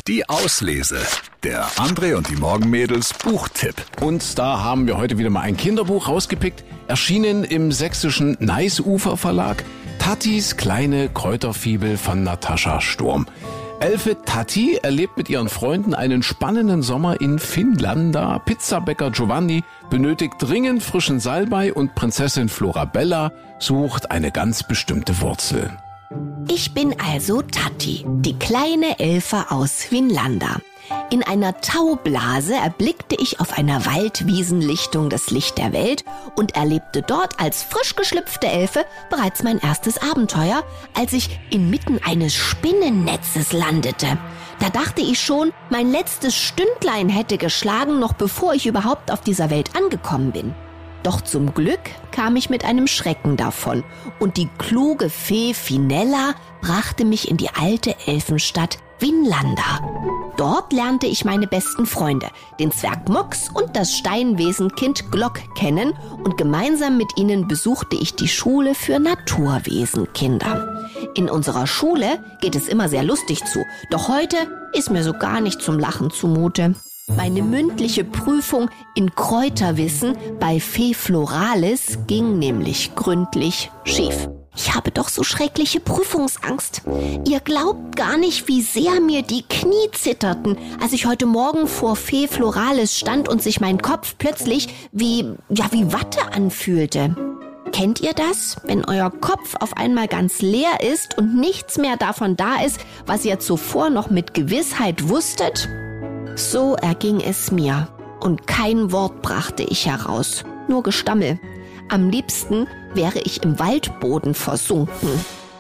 Die Auslese. Der André und die Morgenmädels Buchtipp. Und da haben wir heute wieder mal ein Kinderbuch rausgepickt, erschienen im sächsischen Neisufer Verlag. Tattis kleine Kräuterfibel von Natascha Sturm. Elfe Tatti erlebt mit ihren Freunden einen spannenden Sommer in Finnlanda. Pizzabäcker Giovanni benötigt dringend frischen Salbei und Prinzessin Florabella sucht eine ganz bestimmte Wurzel. Ich bin also Tatti, die kleine Elfe aus Finnlanda. In einer Taublase erblickte ich auf einer Waldwiesenlichtung das Licht der Welt und erlebte dort als frisch geschlüpfte Elfe bereits mein erstes Abenteuer, als ich inmitten eines Spinnennetzes landete. Da dachte ich schon, mein letztes Stündlein hätte geschlagen, noch bevor ich überhaupt auf dieser Welt angekommen bin. Doch zum Glück kam ich mit einem Schrecken davon und die kluge Fee Finella brachte mich in die alte Elfenstadt Vinlanda. Dort lernte ich meine besten Freunde, den Zwerg Mox und das Steinwesenkind Glock kennen und gemeinsam mit ihnen besuchte ich die Schule für Naturwesenkinder. In unserer Schule geht es immer sehr lustig zu, doch heute ist mir so gar nicht zum Lachen zumute. Meine mündliche Prüfung in Kräuterwissen bei Fee Floralis ging nämlich gründlich schief. Ich habe doch so schreckliche Prüfungsangst. Ihr glaubt gar nicht, wie sehr mir die Knie zitterten, als ich heute Morgen vor Fee Floralis stand und sich mein Kopf plötzlich wie Watte anfühlte. Kennt ihr das, wenn euer Kopf auf einmal ganz leer ist und nichts mehr davon da ist, was ihr zuvor noch mit Gewissheit wusstet? So erging es mir und kein Wort brachte ich heraus, nur Gestammel. Am liebsten wäre ich im Waldboden versunken.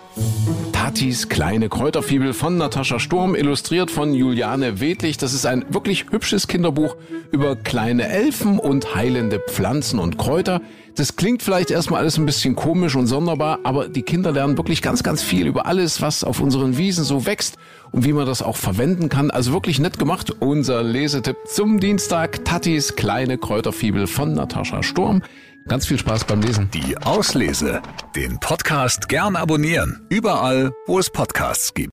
Tattis kleine Kräuterfibel von Natascha Sturm, illustriert von Juliane Wedlich. Das ist ein wirklich hübsches Kinderbuch über kleine Elfen und heilende Pflanzen und Kräuter. Das klingt vielleicht erstmal alles ein bisschen komisch und sonderbar, aber die Kinder lernen wirklich ganz, ganz viel über alles, was auf unseren Wiesen so wächst und wie man das auch verwenden kann. Also wirklich nett gemacht. Unser Lesetipp zum Dienstag: Tattis kleine Kräuterfibel von Natascha Sturm. Ganz viel Spaß beim Lesen. Die Auslese. Den Podcast gern abonnieren. Überall, wo es Podcasts gibt.